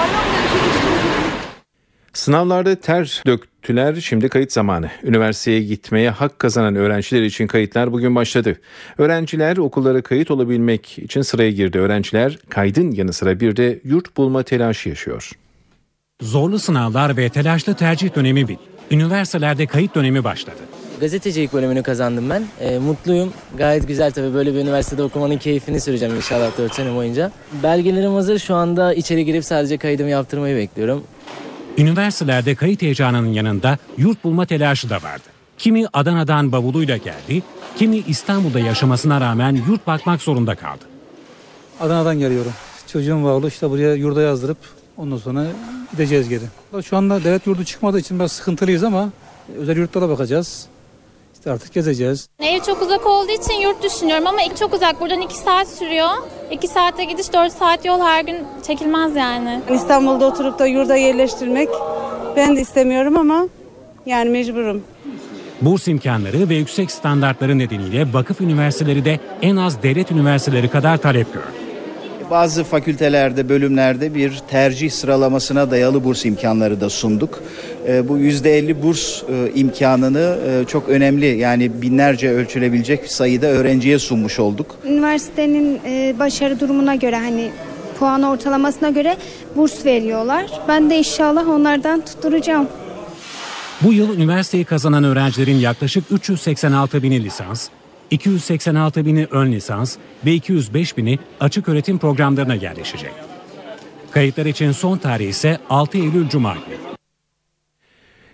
Sınavlarda ter döktüler, şimdi kayıt zamanı. Üniversiteye gitmeye hak kazanan öğrenciler için kayıtlar bugün başladı. Öğrenciler okullara kayıt olabilmek için sıraya girdi. Öğrenciler kaydın yanı sıra bir de yurt bulma telaşı yaşıyor. Zorlu sınavlar ve telaşlı tercih dönemi bitti. Üniversitelerde kayıt dönemi başladı. Gazetecilik bölümünü kazandım ben. E, mutluyum. Gayet güzel tabii. Böyle bir üniversitede okumanın keyfini süreceğim inşallah dört sene boyunca. Belgelerim hazır. Şu anda içeri girip sadece kaydımı yaptırmayı bekliyorum. Üniversitelerde kayıt heyecanının yanında yurt bulma telaşı da vardı. Kimi Adana'dan bavuluyla geldi, kimi İstanbul'da yaşamasına rağmen yurt bakmak zorunda kaldı. Adana'dan geliyorum. Çocuğum bavulu işte buraya yurda yazdırıp ondan sonra gideceğiz geri. Şu anda devlet yurdu çıkmadığı için biraz sıkıntılıyız ama özel yurtlara bakacağız. İşte artık gezeceğiz. Ev çok uzak olduğu için yurt düşünüyorum ama çok uzak. Buradan iki saat sürüyor. iki saate gidiş, dört saat yol her gün çekilmez yani. İstanbul'da oturup da yurda yerleştirmek ben de istemiyorum ama yani mecburum. Burs imkanları ve yüksek standartları nedeniyle vakıf üniversiteleri de en az devlet üniversiteleri kadar talep gördü. Bazı fakültelerde, bölümlerde bir tercih sıralamasına dayalı burs imkanları da sunduk. Bu yüzde elli burs imkanını çok önemli, yani binlerce ölçülebilecek sayıda öğrenciye sunmuş olduk. Üniversitenin başarı durumuna göre, hani puan ortalamasına göre burs veriyorlar. Ben de inşallah onlardan tutturacağım. Bu yıl üniversiteyi kazanan öğrencilerin yaklaşık üç yüz seksen altı bini lisans, iki yüz seksen altı bini ön lisans ve iki yüz beş bini açık öğretim programlarına yerleşecek. Kayıtlar için son tarih ise altı Eylül Cuma günü.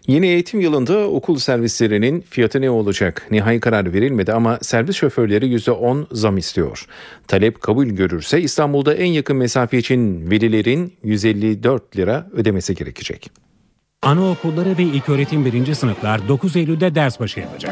Yeni eğitim yılında okul servislerinin fiyatı ne olacak? Nihai karar verilmedi ama servis şoförleri yüzde on zam istiyor. Talep kabul görürse İstanbul'da en yakın mesafe için velilerin yüz elli dört lira ödemesi gerekecek. Anaokulları ve ilköğretim birinci sınıflar dokuz Eylül'de ders başı yapacak.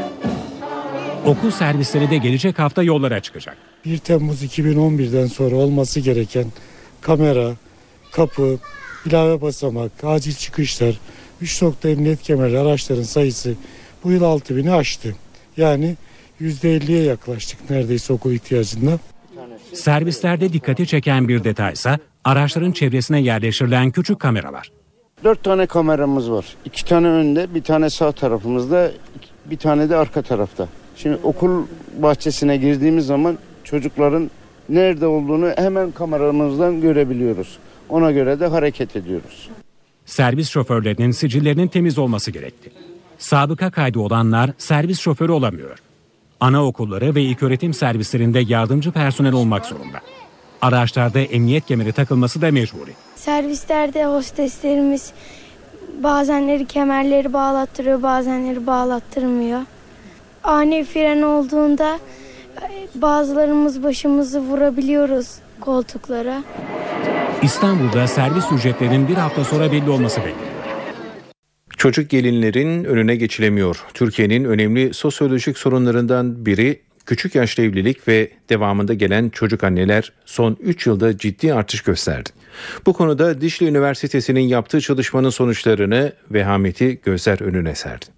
Okul servisleri de gelecek hafta yollara çıkacak. bir Temmuz iki bin on birden sonra olması gereken kamera, kapı, ilave basamak, acil çıkışlar, üç nokta emniyet kemerli araçların sayısı bu yıl altı bini aştı. Yani yüzde elliye yaklaştık neredeyse okul ihtiyacında. Servislerde dikkati çeken bir detaysa araçların çevresine yerleştirilen küçük kameralar. Dört tane kameramız var. İki tane önde, bir tane sağ tarafımızda, bir tane de arka tarafta. Şimdi okul bahçesine girdiğimiz zaman çocukların nerede olduğunu hemen kameramızdan görebiliyoruz. Ona göre de hareket ediyoruz. Servis şoförlerinin sicillerinin temiz olması gerekti. Sabıka kaydı olanlar servis şoförü olamıyor. Anaokulları ve ilköğretim servislerinde yardımcı personel olmak zorunda. Araçlarda emniyet kemeri takılması da mecburi. Servislerde hosteslerimiz bazenleri kemerleri bağlattırıyor, bazenleri bağlattırmıyor. Ani fren olduğunda bazılarımız başımızı vurabiliyoruz koltuklara. İstanbul'da servis ücretlerinin bir hafta sonra belli olması bekleniyor. Çocuk gelinlerin önüne geçilemiyor. Türkiye'nin önemli sosyolojik sorunlarından biri küçük yaşta evlilik ve devamında gelen çocuk anneler son üç yılda ciddi artış gösterdi. Bu konuda Dişli Üniversitesi'nin yaptığı çalışmanın sonuçlarını vehameti gözler önüne serdi.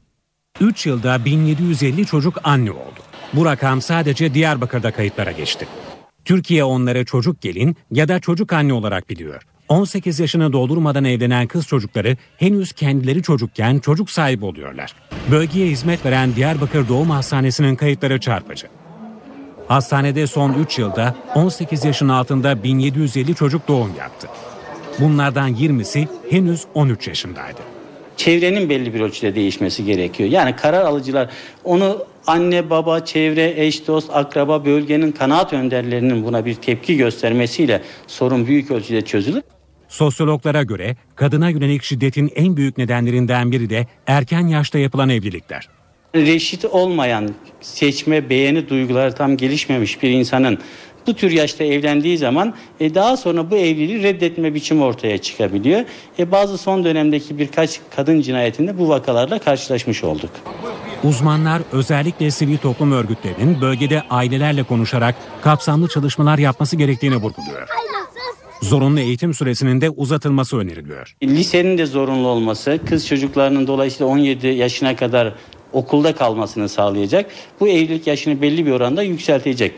üç yılda bin yedi yüz elli çocuk anne oldu. Bu rakam sadece Diyarbakır'da kayıtlara geçti. Türkiye onları çocuk gelin ya da çocuk anne olarak biliyor. on sekiz yaşını doldurmadan evlenen kız çocukları henüz kendileri çocukken çocuk sahibi oluyorlar. Bölgeye hizmet veren Diyarbakır Doğum Hastanesi'nin kayıtları çarpıcı. Hastanede son üç yılda on sekiz yaşın altında bin yedi yüz elli çocuk doğum yaptı. Bunlardan yirmisi henüz on üç yaşındaydı. Çevrenin belli bir ölçüde değişmesi gerekiyor. Yani karar alıcılar onu anne, baba, çevre, eş, dost, akraba, bölgenin kanaat önderlerinin buna bir tepki göstermesiyle sorun büyük ölçüde çözülür. Sosyologlara göre kadına yönelik şiddetin en büyük nedenlerinden biri de erken yaşta yapılan evlilikler. Reşit olmayan, seçme, beğeni duyguları tam gelişmemiş bir insanın bu tür yaşta evlendiği zaman e, daha sonra bu evliliği reddetme biçimi ortaya çıkabiliyor. E, bazı son dönemdeki birkaç kadın cinayetinde bu vakalarla karşılaşmış olduk. Uzmanlar özellikle sivil toplum örgütlerinin bölgede ailelerle konuşarak kapsamlı çalışmalar yapması gerektiğini vurguluyor. Zorunlu eğitim süresinin de uzatılması öneriliyor. Lisenin de zorunlu olması, kız çocuklarının dolayısıyla on yedi yaşına kadar okulda kalmasını sağlayacak. Bu evlilik yaşını belli bir oranda yükseltecek.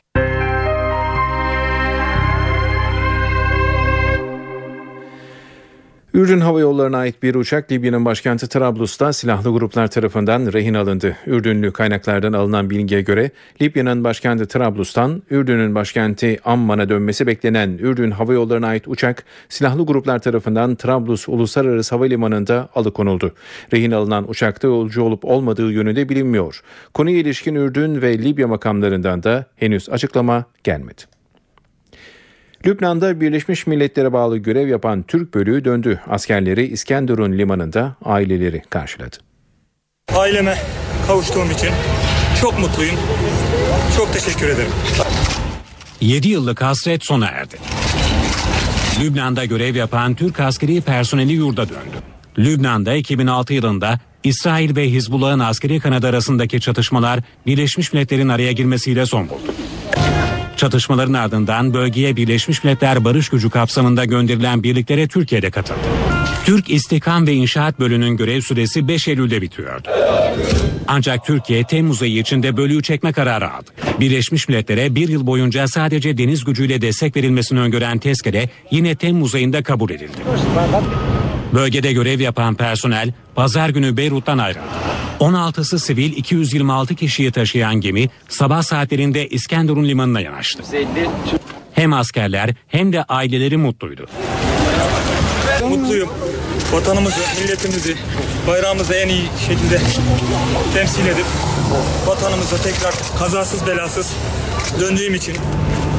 Ürdün Hava Yolları'na ait bir uçak Libya'nın başkenti Trablus'ta silahlı gruplar tarafından rehin alındı. Ürdünlü kaynaklardan alınan bilgiye göre Libya'nın başkenti Trablus'tan Ürdün'ün başkenti Amman'a dönmesi beklenen Ürdün Hava Yolları'na ait uçak silahlı gruplar tarafından Trablus Uluslararası Havalimanı'nda alıkonuldu. Rehin alınan uçakta yolcu olup olmadığı yönünde bilinmiyor. Konuya ilişkin Ürdün ve Libya makamlarından da henüz açıklama gelmedi. Lübnan'da Birleşmiş Milletler'e bağlı görev yapan Türk bölüğü döndü. Askerleri İskenderun limanında aileleri karşıladı. Aileme kavuştuğum için çok mutluyum. Çok teşekkür ederim. yedi yıllık hasret sona erdi. Lübnan'da görev yapan Türk askeri personeli yurda döndü. Lübnan'da iki bin altı yılında İsrail ve Hizbullah'ın askeri kanadı arasındaki çatışmalar Birleşmiş Milletler'in araya girmesiyle son buldu. Çatışmaların ardından bölgeye Birleşmiş Milletler Barış Gücü kapsamında gönderilen birliklere Türkiye'de katıldı. Türk İstihkam ve İnşaat Bölüğü'nün görev süresi beş Eylül'de bitiyordu. Ancak Türkiye Temmuz ayı içinde bölüğü çekme kararı aldı. Birleşmiş Milletler'e bir yıl boyunca sadece deniz gücüyle destek verilmesini öngören tezkere yine Temmuz ayında kabul edildi. Bölgede görev yapan personel pazar günü Beyrut'tan ayrıldı. on altısı sivil iki yüz yirmi altı kişiyi taşıyan gemi sabah saatlerinde İskenderun limanına yanaştı. Hem askerler hem de aileleri mutluydu. Mutluyum. Vatanımızı, milletimizi, bayrağımızı en iyi şekilde temsil edip vatanımıza tekrar kazasız belasız döndüğüm için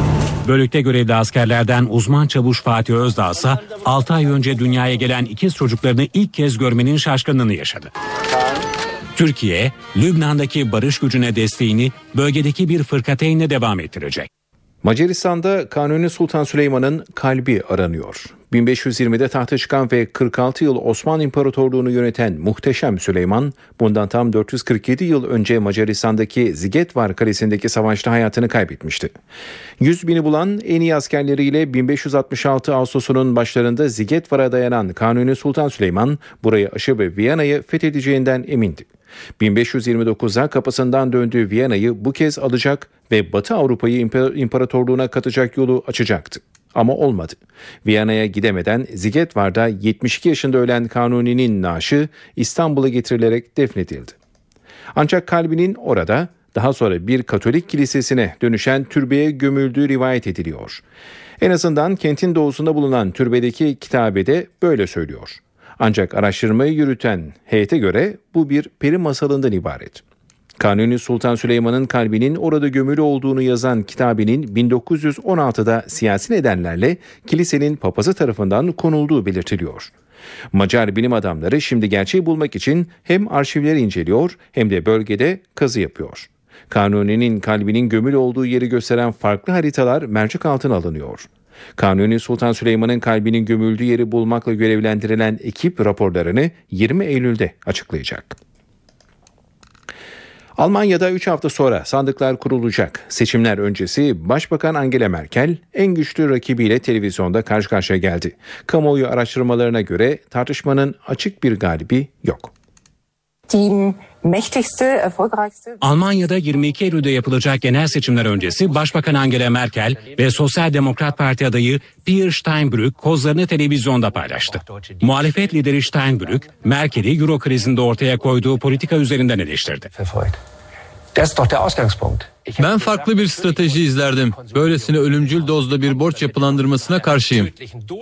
Bölükte görevli askerlerden uzman çavuş Fatih Özdağ ise altı ay önce dünyaya gelen ikiz çocuklarını ilk kez görmenin şaşkınlığını yaşadı. Türkiye, Lübnan'daki barış gücüne desteğini bölgedeki bir fırkateynle devam ettirecek. Macaristan'da Kanuni Sultan Süleyman'ın kalbi aranıyor. bin beş yüz yirmide tahta çıkan ve kırk altı yıl Osmanlı İmparatorluğunu yöneten Muhteşem Süleyman, bundan tam dört yüz kırk yedi yıl önce Macaristan'daki Zigetvar Kalesi'ndeki savaşta hayatını kaybetmişti. yüz bini bulan en iyi askerleriyle bin beş yüz altmış altı Ağustos'unun başlarında Zigetvar'a dayanan Kanuni Sultan Süleyman, burayı aşıp Viyana'yı fethedeceğinden emindi. bin beş yüz yirmi dokuzda kapısından döndüğü Viyana'yı bu kez alacak ve Batı Avrupa'yı imparatorluğuna katacak yolu açacaktı. Ama olmadı. Viyana'ya gidemeden Zigetvar'da yetmiş iki yaşında ölen Kanuni'nin naaşı İstanbul'a getirilerek defnedildi. Ancak kalbinin orada, daha sonra bir Katolik kilisesine dönüşen türbeye gömüldüğü rivayet ediliyor. En azından kentin doğusunda bulunan türbedeki kitabede böyle söylüyor. Ancak araştırmayı yürüten heyete göre bu bir peri masalından ibaret. Kanuni Sultan Süleyman'ın kalbinin orada gömülü olduğunu yazan kitabinin bin dokuz yüz on altıda siyasi nedenlerle kilisenin papazı tarafından konulduğu belirtiliyor. Macar bilim adamları şimdi gerçeği bulmak için hem arşivleri inceliyor hem de bölgede kazı yapıyor. Kanuni'nin kalbinin gömülü olduğu yeri gösteren farklı haritalar mercek altına alınıyor. Kanuni Sultan Süleyman'ın kalbinin gömüldüğü yeri bulmakla görevlendirilen ekip raporlarını yirmi Eylül'de açıklayacak. Almanya'da üç hafta sonra sandıklar kurulacak. Seçimler öncesi Başbakan Angela Merkel en güçlü rakibiyle televizyonda karşı karşıya geldi. Kamuoyu araştırmalarına göre tartışmanın açık bir galibi yok. Almanya'da yirmi iki Eylül'de yapılacak genel seçimler öncesi Başbakan Angela Merkel ve Sosyal Demokrat Parti adayı Pierre Steinbrück kozlarını televizyonda paylaştı. Muhalefet lideri Steinbrück, Merkel'i Euro krizinde ortaya koyduğu politika üzerinden eleştirdi. Ben farklı bir strateji izlerdim. Böylesine ölümcül dozda bir borç yapılandırmasına karşıyım.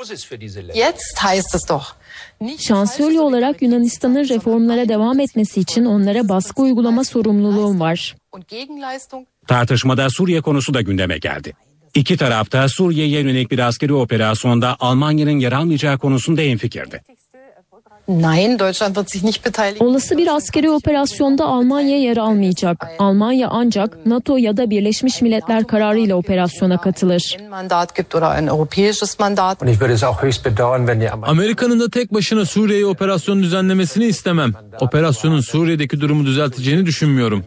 Şansölye olarak Yunanistan'ın reformlara devam etmesi için onlara baskı uygulama sorumluluğum var. Tartışmada Suriye konusu da gündeme geldi. İki taraf da Suriye'ye yönelik bir askeri operasyonda Almanya'nın yer almayacağı konusunda hemfikirdi. Olası bir askeri operasyonda Almanya yer almayacak. Almanya ancak NATO ya da Birleşmiş Milletler kararıyla operasyona katılır. Amerika'nın da tek başına Suriye'ye operasyon düzenlemesini istemem. Operasyonun Suriye'deki durumu düzelteceğini düşünmüyorum.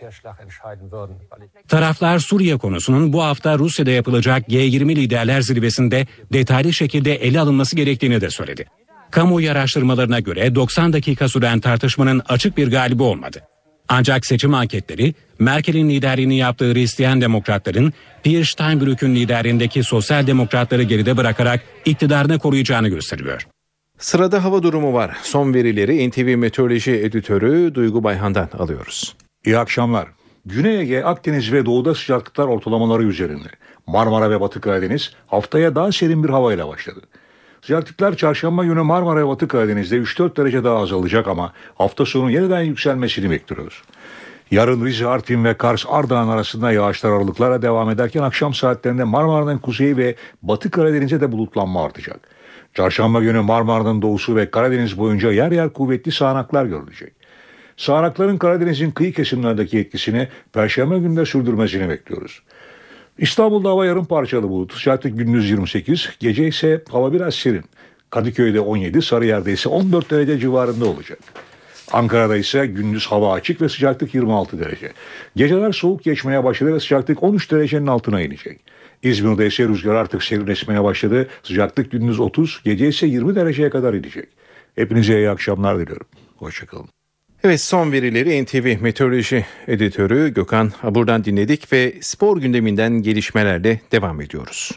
Taraflar Suriye konusunun bu hafta Rusya'da yapılacak G yirmi liderler zirvesinde detaylı şekilde ele alınması gerektiğini de söyledi. Kamuoyu araştırmalarına göre doksan dakika süren tartışmanın açık bir galibi olmadı. Ancak seçim anketleri Merkel'in liderliğini yaptığı Hristiyan Demokratların Pierre Steinbrück'ün liderliğindeki Sosyal Demokratları geride bırakarak iktidarını koruyacağını gösteriyor. Sırada hava durumu var. Son verileri N T V Meteoroloji Editörü Duygu Bayhan'dan alıyoruz. İyi akşamlar. Güney Ege, Akdeniz ve Doğu'da sıcaklıklar ortalamaları üzerinde. Marmara ve Batı Karadeniz haftaya daha serin bir havayla başladı. Sıcaklıklar çarşamba günü Marmara ve Batı Karadeniz'de üç dört derece daha azalacak ama hafta sonu yeniden yükselmesini bekliyoruz. Yarın Rize, Artvin ve Kars, Ardahan arasında yağışlar aralıklarla devam ederken akşam saatlerinde Marmara'nın kuzeyi ve Batı Karadeniz'e de bulutlanma artacak. Çarşamba günü Marmara'nın doğusu ve Karadeniz boyunca yer yer kuvvetli sağanaklar görülecek. Sağanakların Karadeniz'in kıyı kesimlerdeki etkisini Perşembe günü de sürdürmesini bekliyoruz. İstanbul'da hava yarım parçalı bulut, sıcaklık gündüz yirmi sekiz, gece ise hava biraz serin. Kadıköy'de on yedi, Sarıyer'de ise on dört derece civarında olacak. Ankara'da ise gündüz hava açık ve sıcaklık yirmi altı derece. Geceler soğuk geçmeye başladı ve sıcaklık on üç derecenin altına inecek. İzmir'de ise rüzgar artık serin esmeye başladı. Sıcaklık gündüz otuz, gece ise yirmi dereceye kadar inecek. Hepinize iyi akşamlar diliyorum. Hoşçakalın. Evet, son verileri N T V Meteoroloji Editörü Gökhan Abur'dan dinledik ve spor gündeminden gelişmelerle devam ediyoruz.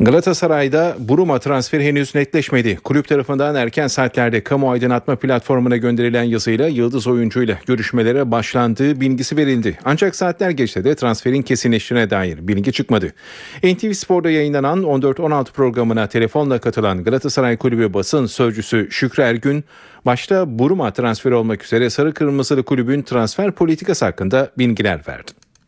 Galatasaray'da Buruma transferi henüz netleşmedi. Kulüp tarafından erken saatlerde kamu aydınlatma platformuna gönderilen yazıyla yıldız oyuncuyla görüşmelere başlandığı bilgisi verildi. Ancak saatler geçse de transferin kesinleştiğine dair bilgi çıkmadı. N T V Spor'da yayınlanan on dört on altı programına telefonla katılan Galatasaray Kulübü basın sözcüsü Şükrü Ergün, başta Buruma transferi olmak üzere Sarı Kırmızılı Kulübün transfer politikası hakkında bilgiler verdi.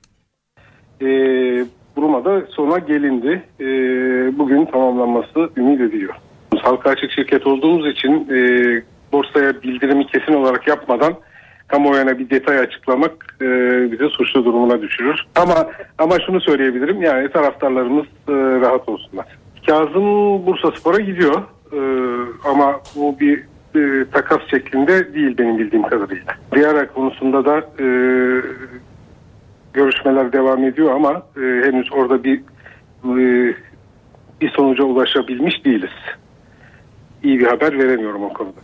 Eee Buruma'da sona gelindi. E, bugün tamamlanması ümit ediliyor. Halka açık şirket olduğumuz için e, borsaya bildirimi kesin olarak yapmadan kamuoyuna bir detay açıklamak e, bize suçlu durumuna düşürür. Ama ama şunu söyleyebilirim, yani taraftarlarımız e, rahat olsunlar. Kazım Bursaspor'a gidiyor e, ama bu bir e, takas şeklinde değil benim bildiğim kadarıyla. Diğer konusunda da e, görüşmeler devam ediyor ama e, henüz orada bir e, bir sonuca ulaşabilmiş değiliz. İyi bir haber veremiyorum o konuda.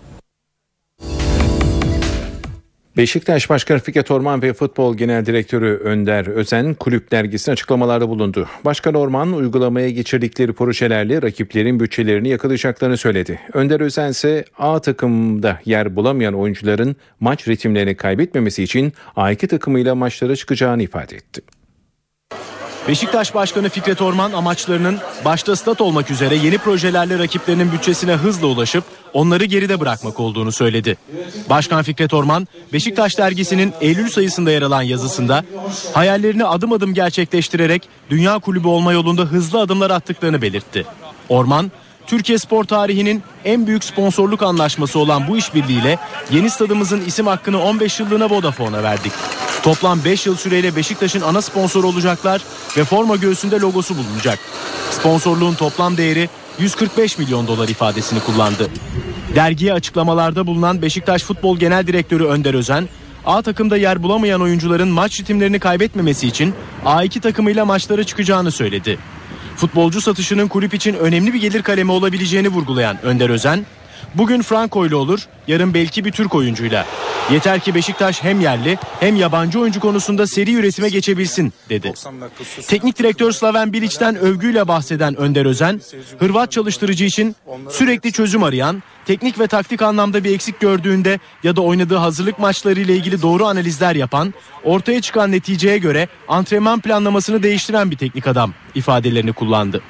Beşiktaş Başkanı Fikret Orman ve Futbol Genel Direktörü Önder Özen kulüp dergisine açıklamalarda bulundu. Başkan Orman uygulamaya geçirdikleri projelerle rakiplerin bütçelerini yakalayacaklarını söyledi. Önder Özen ise A takımda yer bulamayan oyuncuların maç ritimlerini kaybetmemesi için A iki takımıyla maçlara çıkacağını ifade etti. Beşiktaş Başkanı Fikret Orman amaçlarının başta stat olmak üzere yeni projelerle rakiplerinin bütçesine hızla ulaşıp onları geride bırakmak olduğunu söyledi. Başkan Fikret Orman, Beşiktaş dergisinin Eylül sayısında yer alan yazısında hayallerini adım adım gerçekleştirerek dünya kulübü olma yolunda hızlı adımlar attıklarını belirtti. Orman, Türkiye spor tarihinin en büyük sponsorluk anlaşması olan bu işbirliğiyle yeni stadımızın isim hakkını on beş yıllığına Vodafone'a verdik. Toplam beş yıl süreyle Beşiktaş'ın ana sponsoru olacaklar ve forma göğsünde logosu bulunacak. Sponsorluğun toplam değeri yüz kırk beş milyon dolar ifadesini kullandı. Dergiye açıklamalarda bulunan Beşiktaş Futbol Genel Direktörü Önder Özen, A takımda yer bulamayan oyuncuların maç ritimlerini kaybetmemesi için A iki takımıyla maçlara çıkacağını söyledi. Futbolcu satışının kulüp için önemli bir gelir kalemi olabileceğini vurgulayan Önder Özen, bugün Franco ile olur, yarın belki bir Türk oyuncuyla. Yeter ki Beşiktaş hem yerli hem yabancı oyuncu konusunda seri üretime geçebilsin, dedi. Teknik direktör Slaven Bilic'ten övgüyle bahseden Önder Özen, Hırvat çalıştırıcı için sürekli çözüm arayan, teknik ve taktik anlamda bir eksik gördüğünde ya da oynadığı hazırlık maçları ile ilgili doğru analizler yapan, ortaya çıkan neticeye göre antrenman planlamasını değiştiren bir teknik adam ifadelerini kullandı.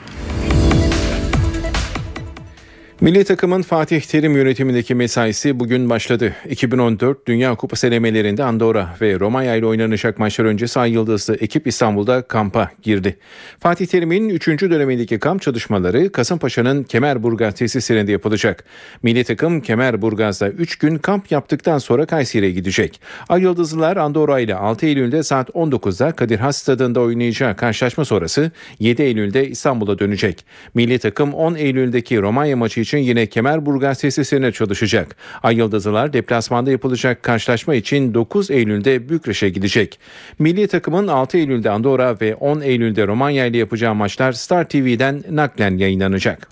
Milli takımın Fatih Terim yönetimindeki mesaisi bugün başladı. iki bin on dört Dünya Kupası elemelerinde Andorra ve Romanya ile oynanacak maçlar öncesi Ay Yıldızlı ekip İstanbul'da kampa girdi. Fatih Terim'in üçüncü dönemindeki kamp çalışmaları Kasımpaşa'nın Kemerburgaz tesislerinde yapılacak. Milli takım Kemerburgaz'da üç gün kamp yaptıktan sonra Kayseri'ye gidecek. Ay Yıldızlılar Andorra ile altı Eylül'de saat on dokuzda Kadir Has Stadı'nda oynayacağı karşılaşma sonrası yedi Eylül'de İstanbul'a dönecek. Milli takım on Eylül'deki Romanya maçı için yine Kemerburgaz tesislerine çalışacak. Ay Yıldızlılar deplasmanda yapılacak karşılaşma için dokuz Eylül'de Bükreş'e gidecek. Milli takımın altı Eylül'de Andorra ve on Eylül'de Romanya ile yapacağı maçlar Star T V'den naklen yayınlanacak.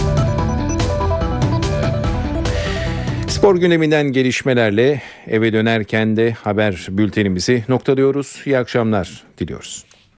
Spor gündeminden gelişmelerle eve dönerken de haber bültenimizi noktalıyoruz. İyi akşamlar diliyoruz.